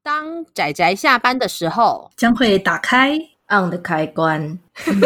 当宅宅下班的时候， 将会打开 on 的开关。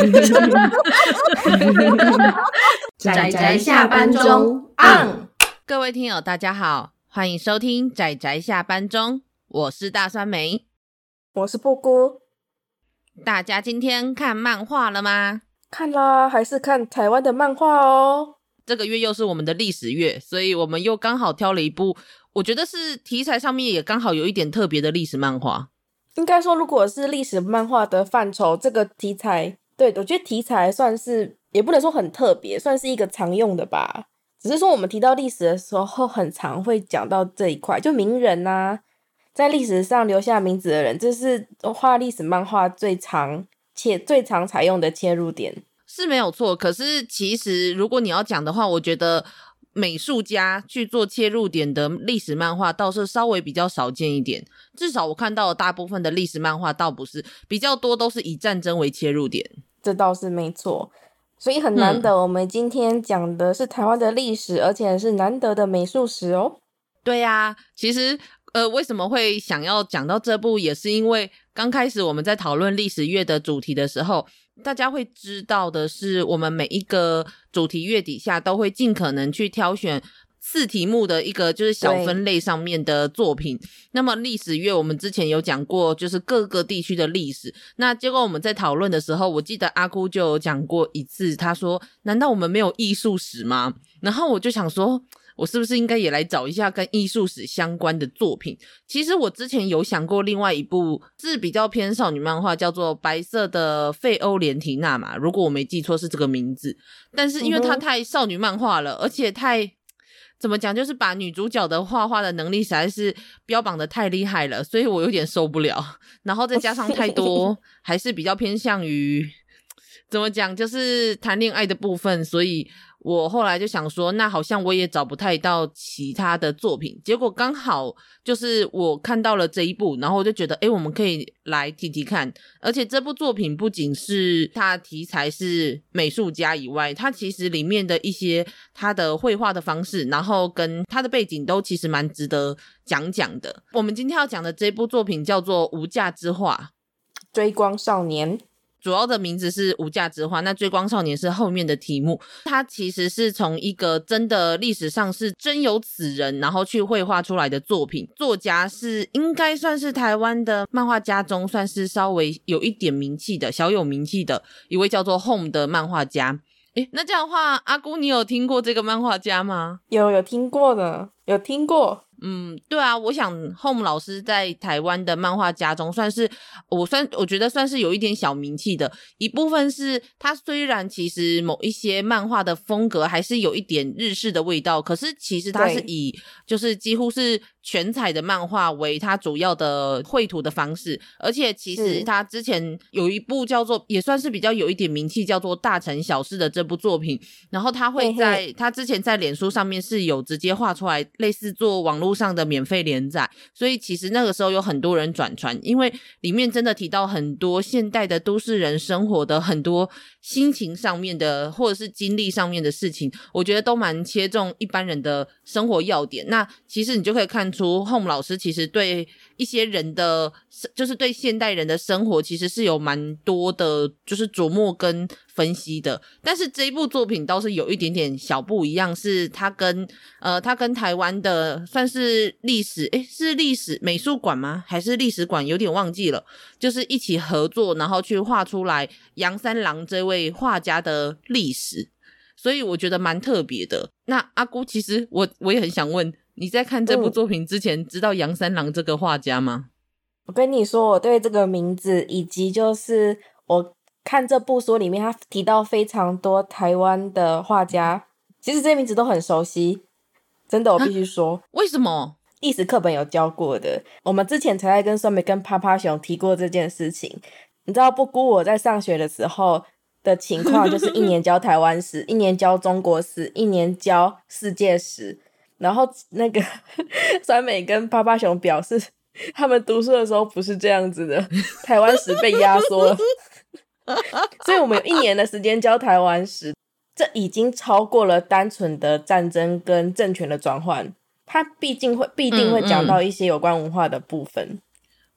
宅宅下班中 on。 各位听友大家好，欢迎收听宅宅下班中，我是大酸梅， 我是布姑。 大家今天看漫画了吗？ 看啦，还是看台湾的漫画哦。 这个月又是我们的历史月，所以我们又刚好挑了一部我觉得是题材上面也刚好有一点特别的历史漫画。 应该说如果是历史漫画的范畴，这个题材，对，我觉得题材算是也不能说很特别，算是一个常用的吧。只是说我们提到历史的时候很常会讲到这一块，就名人啊，在历史上留下名字的人，这是画历史漫画最常采用的切入点。 是没有错，可是其实如果你要讲的话，我觉得美术家去做切入点的历史漫画倒是稍微比较少见一点，至少我看到的大部分的历史漫画倒不是，比较多都是以战争为切入点。 这倒是没错，所以很难得我们今天讲的是台湾的历史，而且是难得的美术史哦。 对啊，其实为什么会想要讲到这部，也是因为刚开始我们在讨论历史月的主题的时候，大家会知道的是我们每一个主题月底下都会尽可能去挑选4题目的一个就是小分类上面的作品。那么历史月我们之前有讲过就是各个地区的历史，那结果我们在讨论的时候，我记得阿姑就有讲过一次，他说难道我们没有艺术史吗？然后我就想说我是不是应该也来找一下跟艺术史相关的作品。其实我之前有想过另外一部是比较偏少女漫画，叫做白色的费欧莲提娜嘛，如果我没记错是这个名字，但是因为它太少女漫画了，而且太怎么讲，就是把女主角的画画的能力实在是标榜的太厉害了，所以我有点受不了，然后再加上太多还是比较偏向于怎么讲，就是谈恋爱的部分，所以我后来就想说那好像我也找不太到其他的作品，结果刚好就是我看到了这一部，然后我就觉得我们可以来提提看。而且这部作品不仅是它题材是美术家以外，它其实里面的一些它的绘画的方式，然后跟它的背景都其实蛮值得讲的。我们今天要讲的这部作品叫做无价之画， 追光少年， 主要的名字是无价之画，那追光少年是后面的题目。它其实是从一个真的历史上是真有此人，然后去绘画出来的作品。作家是应该算是台湾的漫画家中算是稍微有一点名气的，小有名气的一位叫做 Home 的漫画家。那这样的话，阿姑你有听过这个漫画家吗？ 有听过的，有听过。 对啊，我想 Home 老师在台湾的漫画家中算是我觉得算是有一点小名气的。一部分是他虽然其实某一些漫画的风格还是有一点日式的味道，可是其实他是以就是几乎是全彩的漫画为他主要的绘图的方式。而且其实他之前有一部叫做也算是比较有一点名气叫做大城小事的这部作品，然后他会在他之前在脸书上面是有直接画出来类似做网络上的免费连载，所以其实那个时候有很多人转传，因为里面真的提到很多现代的都市人生活的很多心情上面的或者是经历上面的事情，我觉得都蛮切中一般人的生活要点。那其实你就可以看出 Home 老师其实对一些人的就是对现代人的生活其实是有蛮多的就是琢磨跟分析的。但是这一部作品倒是有一点点小不一样，是他跟台湾的算是历史是历史美术馆吗还是历史馆有点忘记了，就是一起合作然后去画出来杨三郎这位画家的历史，所以我觉得蛮特别的。那阿姑其实我也很想问你在看这部作品之前知道杨三郎这个画家吗？ 我跟你说我对这个名字以及就是我看这部书里面他提到非常多台湾的画家，其实这些名字都很熟悉，真的我必须说。 为什么？ 历史课本有教过的，我们之前才在跟酸梅跟趴趴熊提过这件事情。你知道不估我在上学的时候的情况就是一年教台湾史一年教中国史一年教世界史，然后那个酸梅跟趴趴熊表示他们读书的时候不是这样子的，台湾史被压缩了所以我们有1年的时间教台湾史，这已经超过了单纯的战争跟政权的转换，它必定会讲到一些有关文化的部分。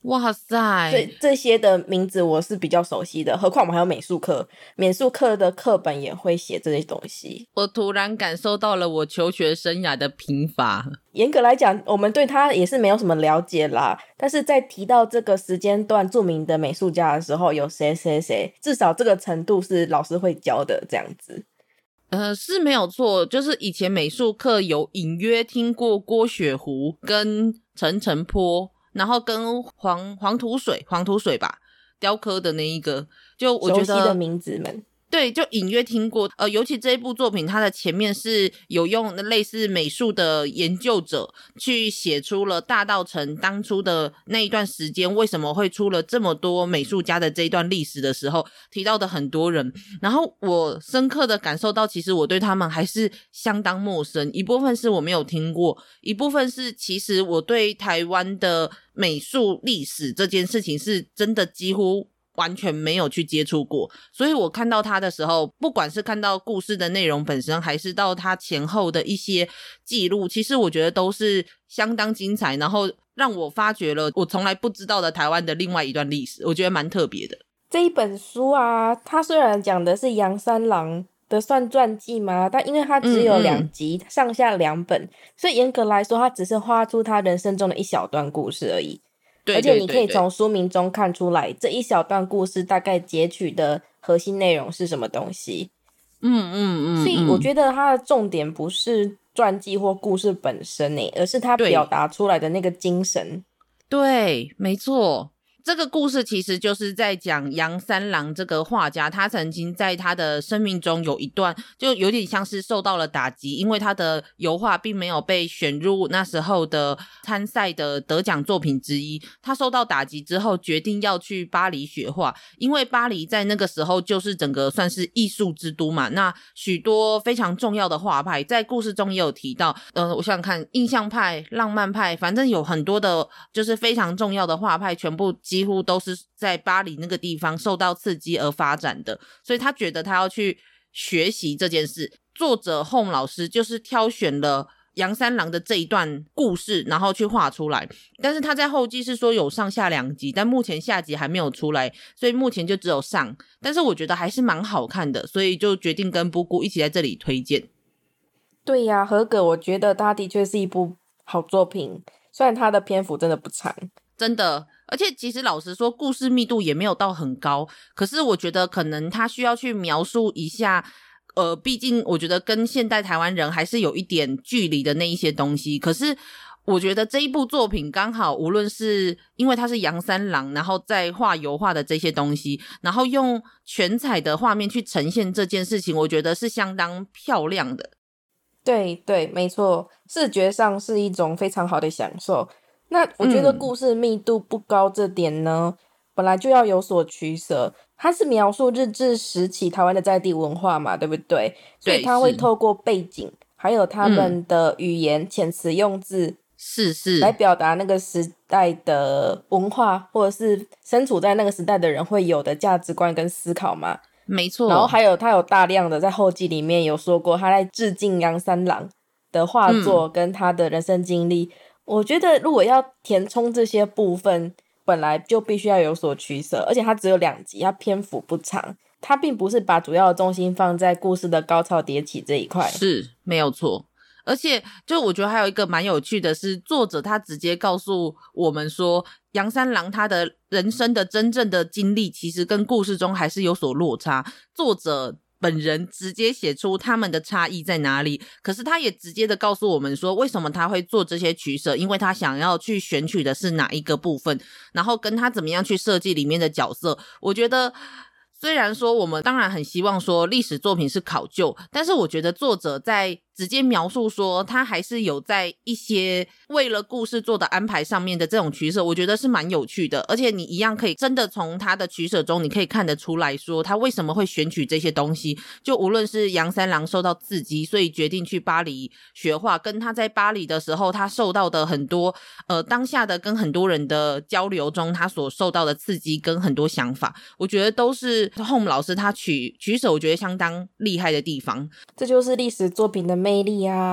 哇塞， 所以这些的名字我是比较熟悉的，何况我们还有美术课，美术课的课本也会写这些东西。 我突然感受到了我求学生涯的贫乏。 严格来讲，我们对他也是没有什么了解啦，但是在提到这个时间段著名的美术家的时候，有谁谁谁，至少这个程度是老师会教的这样子。 是没有错，就是以前美术课有隐约听过郭雪湖跟陈澄波，然后跟黄土水吧，雕刻的那一个，就我觉得熟悉的名字们。 对，就隐约听过。尤其这一部作品，它的前面是有用类似美术的研究者去写出了大稻埕当初的那一段时间为什么会出了这么多美术家的这一段历史的时候，提到的很多人。然后我深刻的感受到，其实我对他们还是相当陌生。一部分是我没有听过，一部分是其实我对台湾的美术历史这件事情是真的几乎完全没有去接触过，所以我看到他的时候，不管是看到故事的内容本身，还是到他前后的一些记录，其实我觉得都是相当精彩，然后让我发掘了我从来不知道的台湾的另外一段历史，我觉得蛮特别的。 这一本书啊，它虽然讲的是杨三郎的算传记嘛，但因为它只有2集，上下2本，所以严格来说，它只是画出他人生中的一小段故事而已。 对， 而且你可以从书名中看出来，这一小段故事大概截取的核心内容是什么东西。所以我觉得它的重点不是传记或故事本身而是它表达出来的那个精神。 对，没错。这个故事其实就是在讲杨三郎这个画家，他曾经在他的生命中有一段就有点像是受到了打击，因为他的油画并没有被选入那时候的参赛的得奖作品之一。他受到打击之后决定要去巴黎学画，因为巴黎在那个时候就是整个算是艺术之都嘛，那许多非常重要的画派在故事中也有提到，我想想看，印象派、浪漫派，反正有很多的就是非常重要的画派全部几乎都是在巴黎那个地方受到刺激而发展的，所以他觉得他要去学习这件事。作者 Home 老师就是挑选了杨三郎的这一段故事，然后去画出来。但是他在后记是说有上下2集，但目前下集还没有出来，所以目前就只有上。但是我觉得还是蛮好看的，所以就决定跟布姑一起在这里推荐。 对呀，合格，我觉得它的确是一部好作品，虽然它的篇幅真的不长。 真的，而且其实老实说故事密度也没有到很高，可是我觉得可能他需要去描述一下毕竟我觉得跟现代台湾人还是有一点距离的那一些东西，可是我觉得这一部作品刚好无论是因为它是杨三郎然后再画油画的这些东西，然后用全彩的画面去呈现这件事情，我觉得是相当漂亮的。 对对，没错，视觉上是一种非常好的享受。那我觉得故事密度不高这点呢，本来就要有所取舍。它是描述日治时期台湾的在地文化嘛，对不对？所以它会透过背景还有他们的语言、遣词用字是来表达那个时代的文化，或者是身处在那个时代的人会有的价值观跟思考嘛。 没错。 然后还有他有大量的在后记里面有说过他在致敬杨三郎的画作跟他的人生经历。我觉得如果要填充这些部分，本来就必须要有所取舍，而且它只有2集，它篇幅不长，它并不是把主要的重心放在故事的高潮迭起这一块。 是没有错。而且就我觉得还有一个蛮有趣的是，作者他直接告诉我们说杨三郎他的人生的真正的经历其实跟故事中还是有所落差，作者本人直接写出他们的差异在哪里，可是他也直接的告诉我们说为什么他会做这些取舍，因为他想要去选取的是哪一个部分，然后跟他怎么样去设计里面的角色。我觉得虽然说我们当然很希望说历史作品是考究，但是我觉得作者在直接描述说他还是有在一些为了故事做的安排上面的这种取舍，我觉得是蛮有趣的。而且你一样可以真的从他的取舍中你可以看得出来说他为什么会选取这些东西，就无论是杨三郎受到刺激所以决定去巴黎学画，跟他在巴黎的时候他受到的很多当下的跟很多人的交流中他所受到的刺激跟很多想法，我觉得都是 Home 老师他取舍我觉得相当厉害的地方。 这就是历史作品的魅力啊！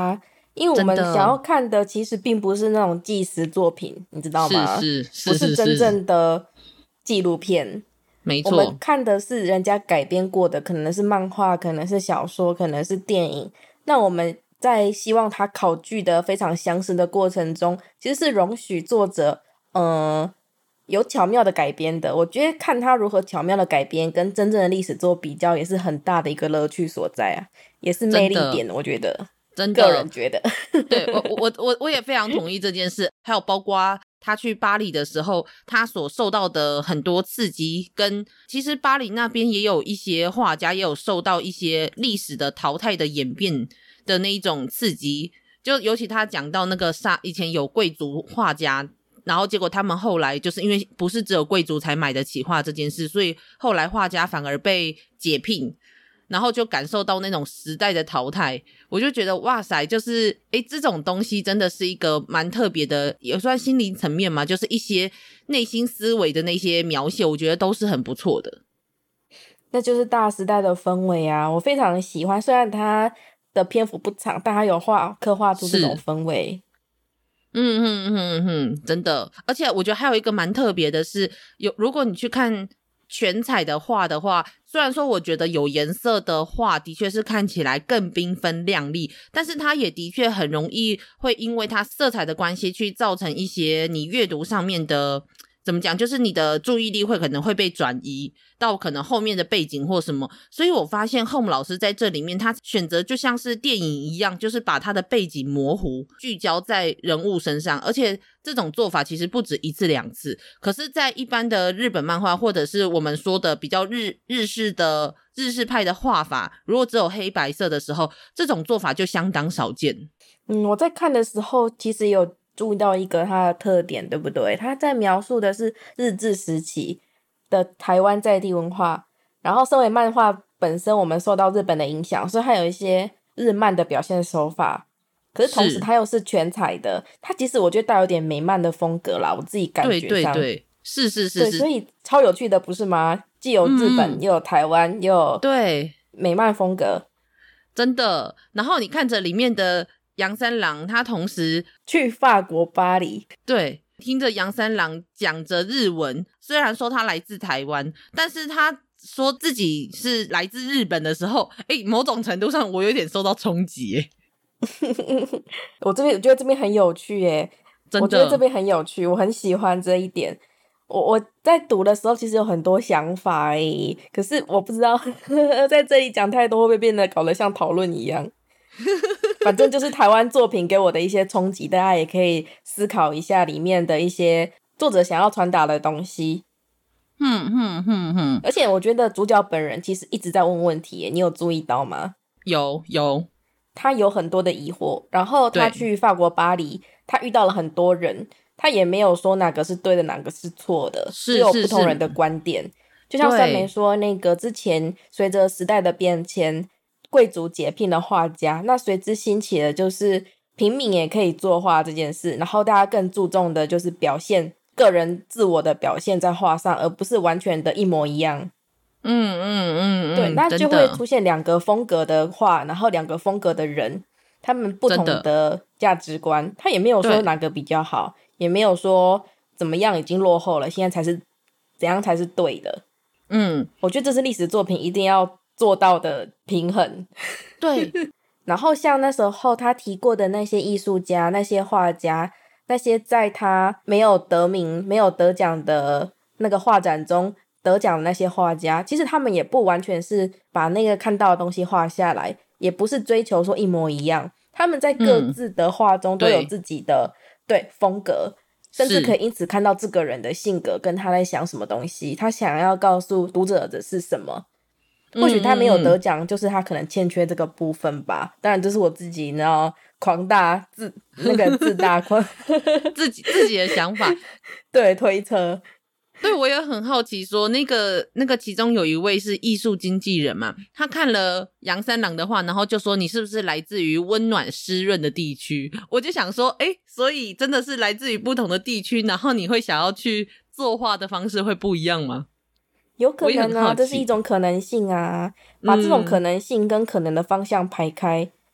因为我们真的想要看的其实并不是那种纪实作品，你知道吗？ 是不是真正的纪录片。 没错， 我们看的是人家改编过的，可能是漫画，可能是小说，可能是电影。那我们在希望它考据的非常详实的过程中，其实是容许作者有巧妙的改编的。我觉得看他如何巧妙的改编跟真正的历史做比较，也是很大的一个乐趣所在啊，也是魅力点，我觉得真的个人觉得对，我也非常同意这件事。还有包括他去巴黎的时候，他所受到的很多刺激，跟其实巴黎那边也有一些画家也有受到一些历史的淘汰的演变的那一种刺激。就尤其他讲到那个以前有贵族画家，然后结果他们后来就是因为不是只有贵族才买得起画这件事，所以后来画家反而被解聘，然后就感受到那种时代的淘汰。我就觉得哇塞，就是这种东西真的是一个蛮特别的，也算心灵层面嘛，就是一些内心思维的那些描写，我觉得都是很不错的。 那就是大时代的氛围啊，我非常喜欢。虽然它的篇幅不长，但它有刻画出这种氛围。 真的。而且我觉得还有一个蛮特别的是，如果你去看全彩的画的话，虽然说我觉得有颜色的画的确是看起来更缤纷亮丽，但是它也的确很容易会因为它色彩的关系去造成一些你阅读上面的，怎么讲，就是你的注意力可能会被转移到可能后面的背景或什么。所以我发现 Home 老师在这里面他选择就像是电影一样，就是把他的背景模糊，聚焦在人物身上。而且这种做法其实不止一次两次，可是在一般的日本漫画或者是我们说的比较日式派的画法，如果只有黑白色的时候，这种做法就相当少见。 我在看的时候其实有注意到一个它的特点，对不对？它在描述的是日治时期的台湾在地文化，然后身为漫画本身我们受到日本的影响，所以它有一些日漫的表现手法，可是同时它又是全彩的，它其实我觉得带有点美漫的风格啦，我自己感觉上。 对，是对，所以超有趣的不是吗？既有日本又有台湾又有对美漫风格， 真的。然后你看着里面的杨三郎，他同时去法国巴黎， 对，听着杨三郎讲着日文，虽然说他来自台湾，但是他说自己是来自日本的时候，某种程度上我有点受到冲击我觉得这边很有趣耶， 真的， 我觉得这边很有趣，我很喜欢这一点。我在读的时候其实有很多想法可是我不知道在这里讲太多会不会变得搞得像讨论一样反正就是台湾作品给我的一些冲击，大家也可以思考一下里面的一些作者想要传达的东西。而且我觉得主角本人其实一直在问问题耶，你有注意到吗？ 有， 他有很多的疑惑，然后他去法国巴黎，他遇到了很多人，他也没有说哪个是对的哪个是错的，只有不同人的观点。就像酸梅说，那个之前随着时代的变迁，贵族解聘了画家，那随之兴起的就是平民也可以作画这件事，然后大家更注重的就是表现个人自我的表现在画上，而不是完全的一模一样。对，那就会出现两个风格的画，然后两个风格的人，他们不同的价值观，他也没有说哪个比较好，也没有说怎么样已经落后了，现在才是怎样才是对的。我觉得这是历史作品一定要做到的平衡。 对然后像那时候他提过的那些艺术家，那些画家，那些在他没有得名没有得奖的那个画展中得奖的那些画家，其实他们也不完全是把那个看到的东西画下来，也不是追求说一模一样，他们在各自的画中都有自己的对风格，甚至可以因此看到这个人的性格跟他在想什么东西，他想要告诉读者的是什么。或许他没有得奖，就是他可能欠缺这个部分吧。当然这是我自己然后狂大自大自己的想法对，推测。 对，我也很好奇说那个其中有一位是艺术经纪人嘛，他看了杨三郎的画，然后就说你是不是来自于温暖湿润的地区。我就想说所以真的是来自于不同的地区，然后你会想要去作画的方式会不一样吗？ 有可能啊，这是一种可能性啊，把这种可能性跟可能的方向排开，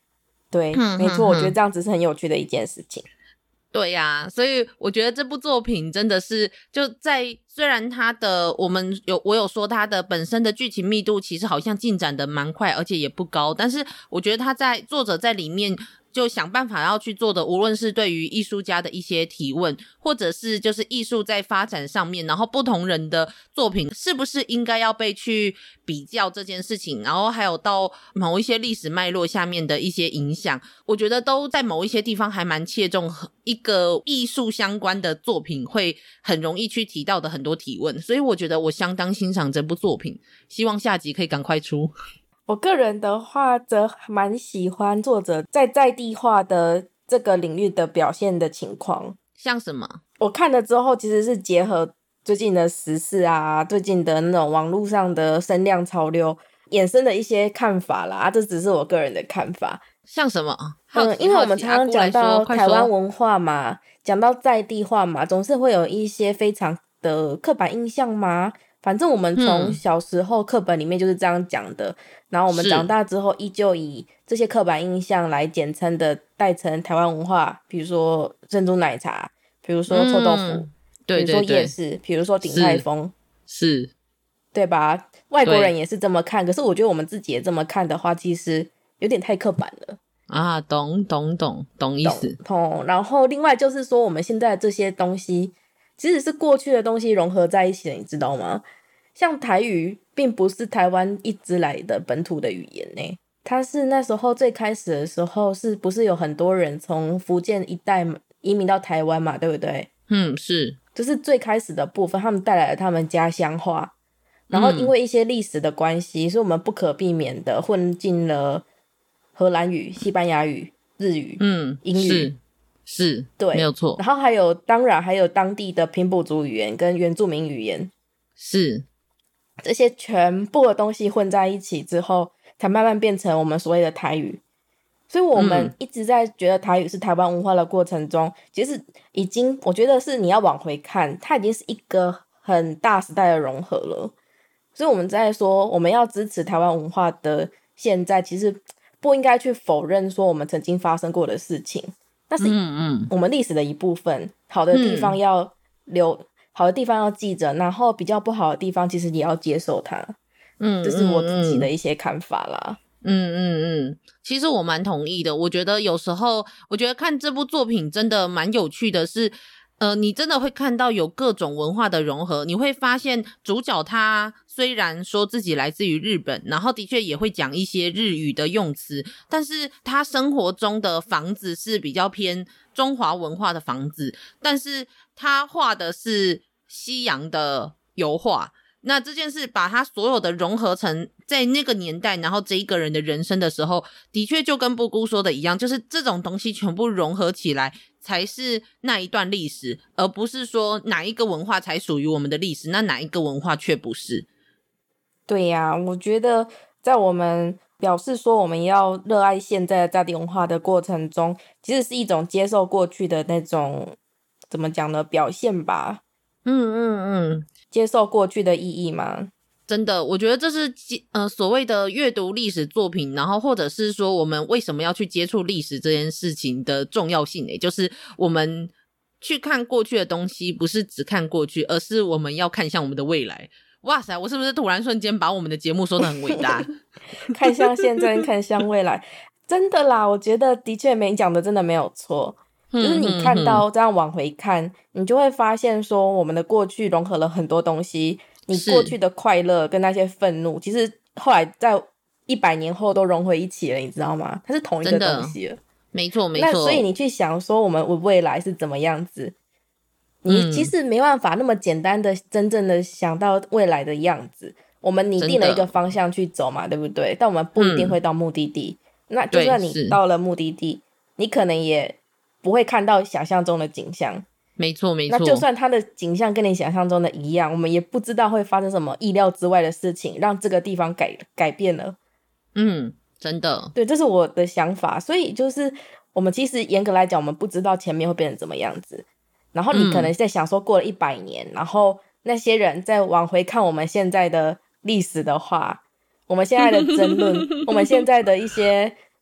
对，没错，我觉得这样子是很有趣的一件事情。 对呀，所以我觉得这部作品真的是就在虽然它的我有说它的本身的剧情密度其实好像进展的蛮快，而且也不高，但是我觉得他在作者在里面就想办法要去做的，无论是对于艺术家的一些提问，或者是就是艺术在发展上面，然后不同人的作品是不是应该要被去比较这件事情，然后还有到某一些历史脉络下面的一些影响，我觉得都在某一些地方还蛮切中一个艺术相关的作品会很容易去提到的很多提问，所以我觉得我相当欣赏这部作品，希望下集可以赶快出。 我个人的话则蛮喜欢作者在地化的这个领域的表现的情况。 像什么？ 我看了之后其实是结合最近的时事啊，最近的那种网络上的声量潮流衍生的一些看法啦，这只是我个人的看法。 像什么？ 因为我们常常讲到台湾文化嘛，讲到在地化嘛，总是会有一些非常的刻板印象嘛。反正我们从小时候课本里面就是这样讲的，然后我们长大之后依旧以这些刻板印象来简称的代称台湾文化，比如说珍珠奶茶，比如说臭豆腐， 对对对， 比如说夜市，比如说鼎泰丰， 是对吧？外国人也是这么看，可是我觉得我们自己也这么看的话，其实有点太刻板了啊。懂意思。 懂。然后另外就是说，我们现在这些东西其实是过去的东西融合在一起的，你知道吗？像台语并不是台湾一直来的本土的语言呢，它是那时候最开始的时候是不是有很多人从福建一带移民到台湾嘛，对不对？ 是， 就是最开始的部分他们带来了他们家乡话，然后因为一些历史的关系，所以我们不可避免的混进了荷兰语、西班牙语、日语、英语， 是对， 没有错。 然后当然还有当地的平埔族语言跟原住民语言， 是这些全部的东西混在一起之后，才慢慢变成我们所谓的台语。所以我们一直在觉得台语是台湾文化的过程中，其实已经我觉得是你要往回看，它已经是一个很大时代的融合了。所以我们在说我们要支持台湾文化的现在，其实不应该去否认说我们曾经发生过的事情，那是我们历史的一部分，好的地方要好的地方要记着，然后比较不好的地方其实也要接受它。这是我自己的一些看法啦。 其实我蛮同意的。我觉得有时候我觉得看这部作品真的蛮有趣的是你真的会看到有各种文化的融合，你会发现主角他虽然说自己来自于日本，然后的确也会讲一些日语的用词，但是他生活中的房子是比较偏中华文化的房子，但是他画的是西洋的油画。那这件事把他所有的融合成在那个年代，然后这一个人的人生的时候，的确就跟布姑说的一样，就是这种东西全部融合起来才是那一段历史，而不是说哪一个文化才属于我们的历史，那哪一个文化却不是。 对呀，我觉得在我们表示说我们要热爱现在的在地文化的过程中，其实是一种接受过去的那种怎么讲呢表现吧。接受过去的意义吗？ 真的，我觉得这是所谓的阅读历史作品，然后或者是说我们为什么要去接触历史这件事情的重要性，也就是我们去看过去的东西，不是只看过去，而是我们要看向我们的未来。哇塞，我是不是突然瞬间把我们的节目说得很伟大？ 看向现在，看向未来，真的啦，我觉得的确没讲的真的没有错。就是你看到这样往回看，你就会发现说我们的过去融合了很多东西，你过去的快乐跟那些愤怒其实后来在100年后都融回一起了，你知道吗？它是同一个东西了。 没错没错。 那所以你去想说我们未来是怎么样子，你其实没办法那么简单的真正的想到未来的样子。我们拟定了一个方向去走嘛，对不对？但我们不一定会到目的地。那就算你到了目的地，你可能也不会看到想象中的景象。 没错没错。 那就算它的景象跟你想象中的一样，我们也不知道会发生什么意料之外的事情让这个地方改变了。 真的。 对，这是我的想法。所以就是我们其实严格来讲我们不知道前面会变成怎么样子，然后你可能在想说过了100年，然后那些人再往回看我们现在的历史的话，我们现在的争论我们现在的一些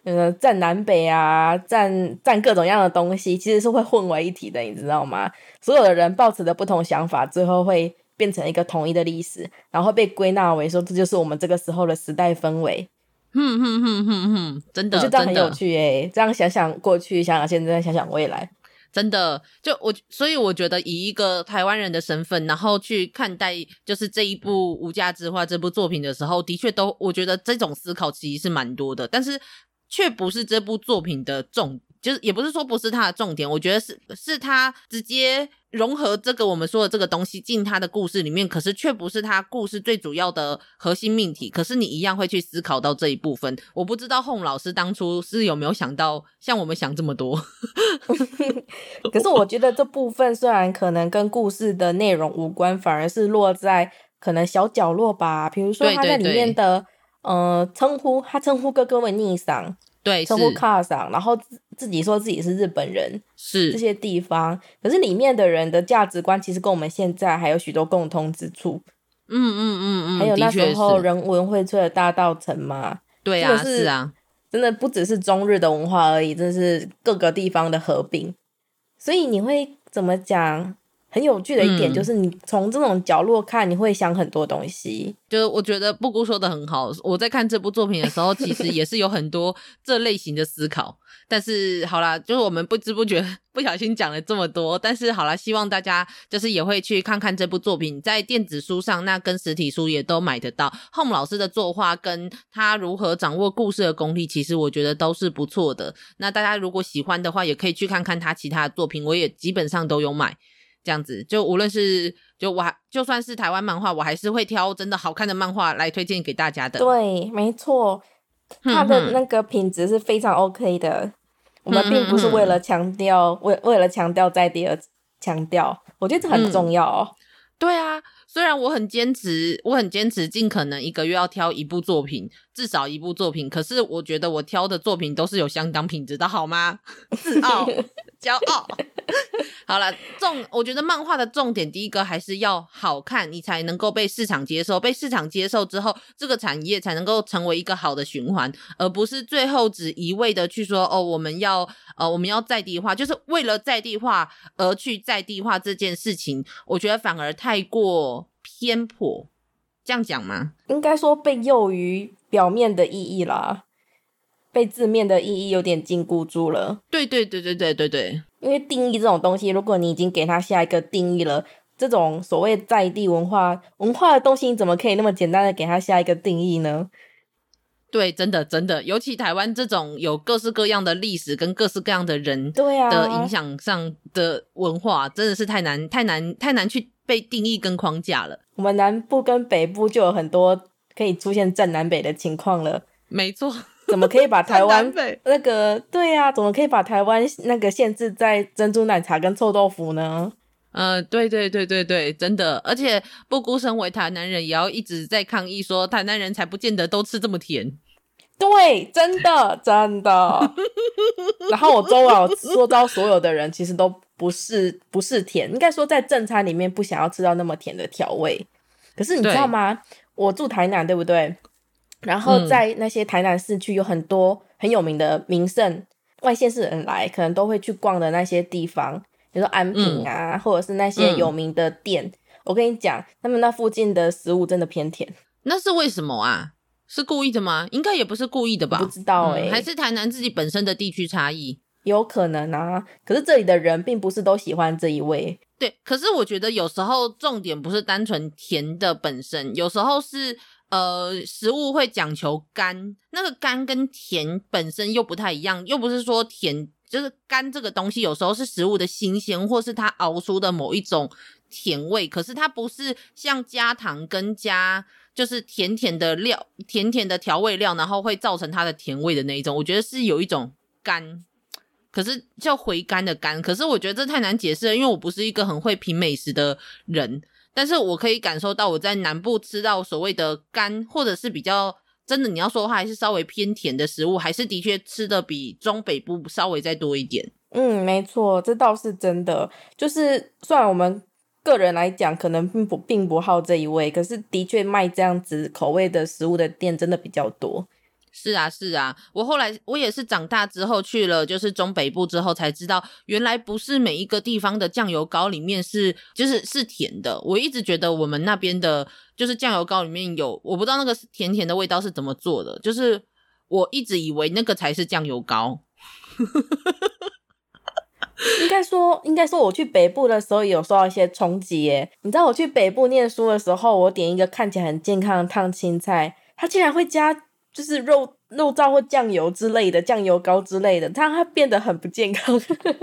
占南北啊，占各种样的东西，其实是会混为一体的，你知道吗？所有的人抱持的不同想法，最后会变成一个统一的历史，然后会被归纳为说这就是我们这个时候的时代氛围。 真的， 我觉得这样很有趣这样想想过去，想想现在，想想未来， 真的，所以我觉得以一个台湾人的身份，然后去看待就是这一部无价之画这部作品的时候，的确我觉得这种思考其实是蛮多的，但是却不是这部作品的就是也不是说不是它的重点，我觉得是它直接融合这个我们说的这个东西进它的故事里面，可是却不是它故事最主要的核心命题，可是你一样会去思考到这一部分。我不知道洪老师当初是有没有想到像我们想这么多可是我觉得这部分虽然可能跟故事的内容无关，反而是落在可能小角落吧，比如说他在里面的称呼，他称呼哥哥为逆桑， 对， 称呼卡桑，然后自己说自己是日本人， 是这些地方，可是里面的人的价值观其实跟我们现在还有许多共通之处。还有那时候人文荟萃的大稻埕嘛， 对啊，是啊， 真的不只是中日的文化而已，真是各个地方的合并。所以你会怎么讲？很有趣的一点就是你从这种角落看，你会想很多东西。 就是我觉得布姑说的很好，我在看这部作品的时候其实也是有很多这类型的思考。但是好啦，就是我们不知不觉不小心讲了这么多，但是好啦，希望大家就是也会去看看这部作品，在电子书上那跟实体书也都买得到。Home 老师的作画跟他如何掌握故事的功力，其实我觉得都是不错的。那大家如果喜欢的话，也可以去看看他其他的作品，我也基本上都有买。这样子，就无论是就算是台湾漫画，我还是会挑真的好看的漫画来推荐给大家的。 对，没错，它的那个品质是非常 OK 的。我们并不是为了强调为了强调在地而强调，我觉得这很重要哦。 对啊，虽然我很坚持尽可能一个月要挑一部作品，至少一部作品，可是我觉得我挑的作品都是有相当品质的，好吗？自傲骄傲好啦，我觉得漫画的重点第一个还是要好看，你才能够被市场接受，被市场接受之后，这个产业才能够成为一个好的循环，而不是最后只一味的去说我们要在地化，就是为了在地化而去在地化这件事情，我觉得反而太过偏颇，这样讲吗？ 应该说被囿于表面的意义啦，被字面的意义有点禁锢住了。 对， 因为定义这种东西，如果你已经给它下一个定义了，这种所谓在地文化的东西，你怎么可以那么简单的给它下一个定义呢？ 对，真的，尤其台湾这种有各式各样的历史跟各式各样的人的影响上的文化，真的是太难去被定义跟框架了。 我们南部跟北部就有很多可以出现占南北的情况了。 没错， 怎么可以把台湾那个对啊，怎么可以把台湾那个限制在珍珠奶茶跟臭豆腐呢？ 对，真的，而且布姑身为台南人，也要一直在抗议说台南人才不见得都吃这么甜。 对，真的然后我周遭所有的人其实都不是甜，应该说在正餐里面不想要吃到那么甜的调味。可是你知道吗？我住台南，对不对？然后在那些台南市区有很多很有名的名胜，外县市人来可能都会去逛的那些地方，比如说安平啊，或者是那些有名的店。我跟你讲，他们那附近的食物真的偏甜。 那是为什么啊？是故意的吗？应该也不是故意的吧？ 不知道还是台南自己本身的地区差异。 有可能啊，可是这里的人并不是都喜欢这一味。 对，可是我觉得有时候重点不是单纯甜的本身，有时候是食物会讲求甘，那个甘跟甜本身又不太一样，又不是说甜，就是甘这个东西有时候是食物的新鲜，或是它熬出的某一种甜味，可是它不是像加糖跟加就是甜甜的调味料，然后会造成它的甜味的那一种，我觉得是有一种甘，可是叫回甘的甘，可是我觉得这太难解释了，因为我不是一个很会品美食的人，但是我可以感受到我在南部吃到所谓的甘，或者是比较真的你要说的话还是稍微偏甜的食物，还是的确吃的比中北部稍微再多一点。 没错，这倒是真的，就是虽然我们个人来讲可能并不好这一味，可是的确卖这样子口味的食物的店真的比较多。 是啊是啊，我也是长大之后去了就是中北部之后才知道，原来不是每一个地方的酱油膏里面是甜的。我一直觉得我们那边的就是酱油膏里面有，我不知道那个甜甜的味道是怎么做的，就是我一直以为那个才是酱油膏。 应该说我去北部的时候也有受到一些冲击耶。你知道我去北部念书的时候，我点一个看起来很健康的烫青菜，它竟然会加就是肉燥或酱油之类的，酱油膏之类的，它变得很不健康。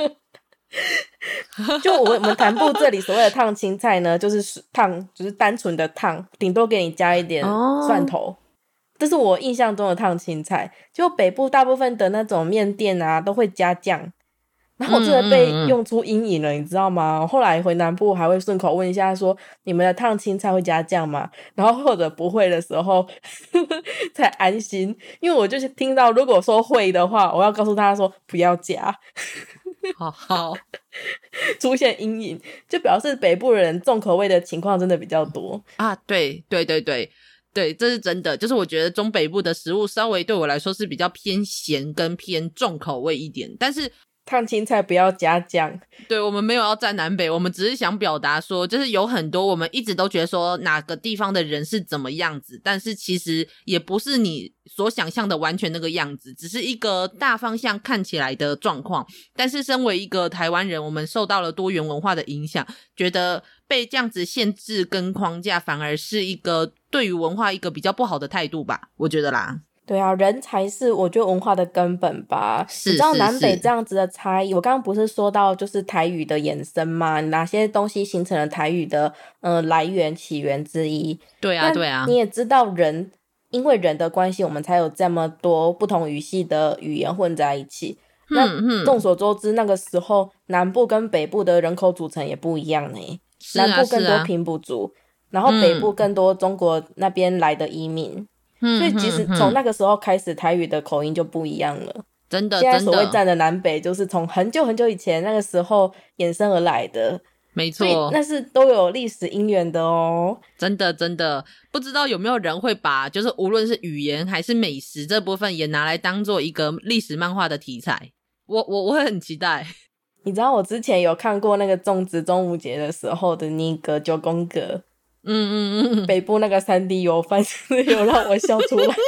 就我们南部这里所谓的烫青菜呢，就是烫，就是单纯的烫，顶多给你加一点蒜头。这是我印象中的烫青菜。就北部大部分的那种面店啊，都会加酱。然后我真的被用出阴影了，你知道吗？后来回南部还会顺口问一下说，你们的烫青菜会加酱吗？然后或者不会的时候才安心，因为我就是听到如果说会的话，我要告诉他说不要加。 好出现阴影，就表示北部人重口味的情况真的比较多啊。对，这是真的。就是我觉得中北部的食物稍微对我来说是比较偏咸跟偏重口味一点，但是烫青菜不要加酱。 对，我们没有要站南北，我们只是想表达说，就是有很多我们一直都觉得说哪个地方的人是怎么样子，但是其实也不是你所想象的完全那个样子，只是一个大方向看起来的状况。但是身为一个台湾人，我们受到了多元文化的影响，觉得被这样子限制跟框架反而是一个对于文化一个比较不好的态度吧，我觉得啦。 对啊，人才是我觉得文化的根本吧。 是， 你知道南北这样子的差异，我刚刚不是说到就是台语的衍生吗？哪些东西形成了台语的来源起源之一？ 对啊对啊， 你也知道人因为人的关系，我们才有这么多不同语系的语言混在一起。那众所周知，那个时候南部跟北部的人口组成也不一样呢。南部更多平埔族，然后北部更多中国那边来的移民。所以其实从那个时候开始，台语的口音就不一样了。 真的， 现在所谓站的南北，就是从很久很久以前那个时候衍生而来的。 没错， 所以那是都有历史因缘的哦。 真的，不知道有没有人会把就是无论是语言还是美食这部分也拿来当做一个历史漫画的题材。我会很期待。 你知道我之前有看过那个粽子中午节的时候的那个9宫格。北部那个3D 油饭有让我笑出来。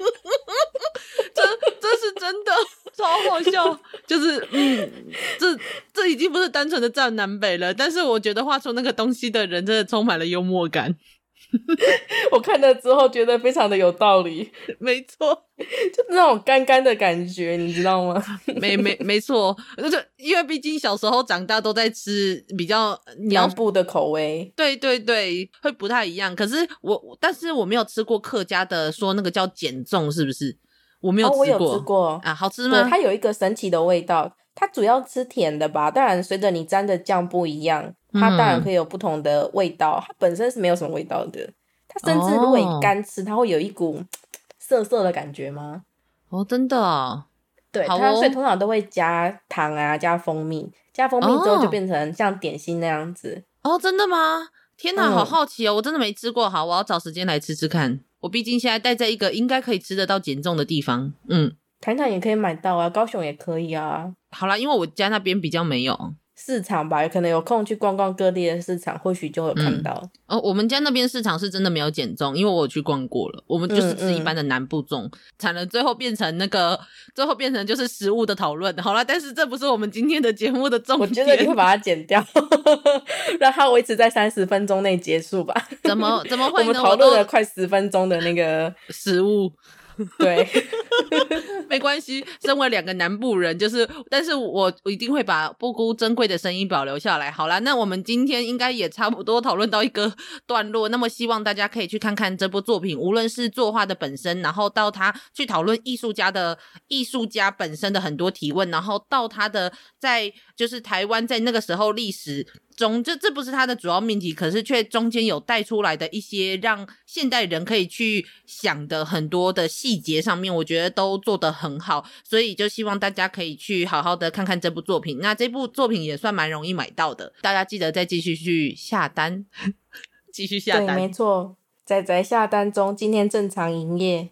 这是真的超好笑。就是这已经不是单纯的站南北了，但是我觉得画出那个东西的人真的充满了幽默感。 我看了之后觉得非常的有道理。 没错， 就是那种干干的感觉，你知道吗？ 没错，就是因为毕竟小时候长大都在吃比较南部的口味。 对，会不太一样。可是但是我没有吃过客家的说那个叫碱粽，是不是？我没有吃过。 我有吃过啊，好吃吗？ 对，它有一个神奇的味道。它主要吃甜的吧，当然随着你沾的酱不一样，它当然可以有不同的味道。它本身是没有什么味道的，它甚至如果你干吃，它会有一股涩涩的感觉吗？ 哦，真的哦。 对，它所以通常都会加糖啊，加蜂蜜，加蜂蜜之后就变成像点心那样子。 哦，真的吗？天哪，好好奇哦，我真的没吃过。好，我要找时间来吃吃看。我毕竟现在待在一个应该可以吃得到减重的地方。 台南也可以买到啊，高雄也可以啊。 好啦，因为我家那边比较没有市场吧，可能有空去逛逛各地的市场，或许就有看到。 我们家那边市场是真的没有减重，因为我有去逛过了。我们就是吃一般的南部粽，惨了，最后变成就是食物的讨论。好啦，但是这不是我们今天的节目的重点。 我觉得你会把它剪掉，让它维持在30分钟内结束吧。 怎么会呢？ 我们讨论了快10分钟的那个食物。 对。 没关系，身为2个南部人，但是我一定会把布姑珍贵的声音保留下来。好啦，那我们今天应该也差不多讨论到一个段落，那么希望大家可以去看看这部作品，无论是作画的本身，然后到他去讨论艺术家本身的很多提问，然后到他的在就是台湾在那个时候历史中，这不是他的主要命题，可是却中间有带出来的一些让现代人可以去想的很多的细节上面，我觉得都做得很好，所以就希望大家可以去好好的看看这部作品。那这部作品也算蛮容易买到的，大家记得再继续去下单。继续下单。 对，没错，宅下单中，今天正常营业。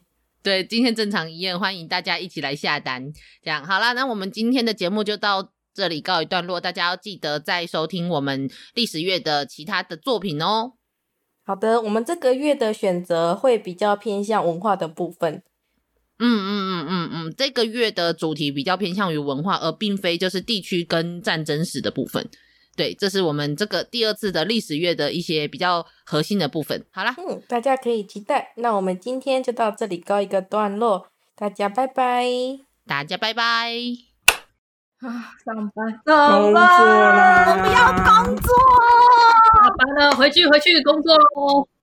对，今天正常营业，欢迎大家一起来下单。这样好啦，那我们今天的节目就到这里告一段落，大家要记得再收听我们历史月的其他的作品哦。 好的，我们这个月的选择会比较偏向文化的部分。 这个月的主题比较偏向于文化，而并非就是地区跟战争史的部分。对，这是我们这个第二次的历史月的一些比较核心的部分。好啦， 大家可以期待。那我们今天就到这里告一个段落，大家拜拜。 大家拜拜。 上班， 工作啦！ 我不要工作，下班了，回去工作喽。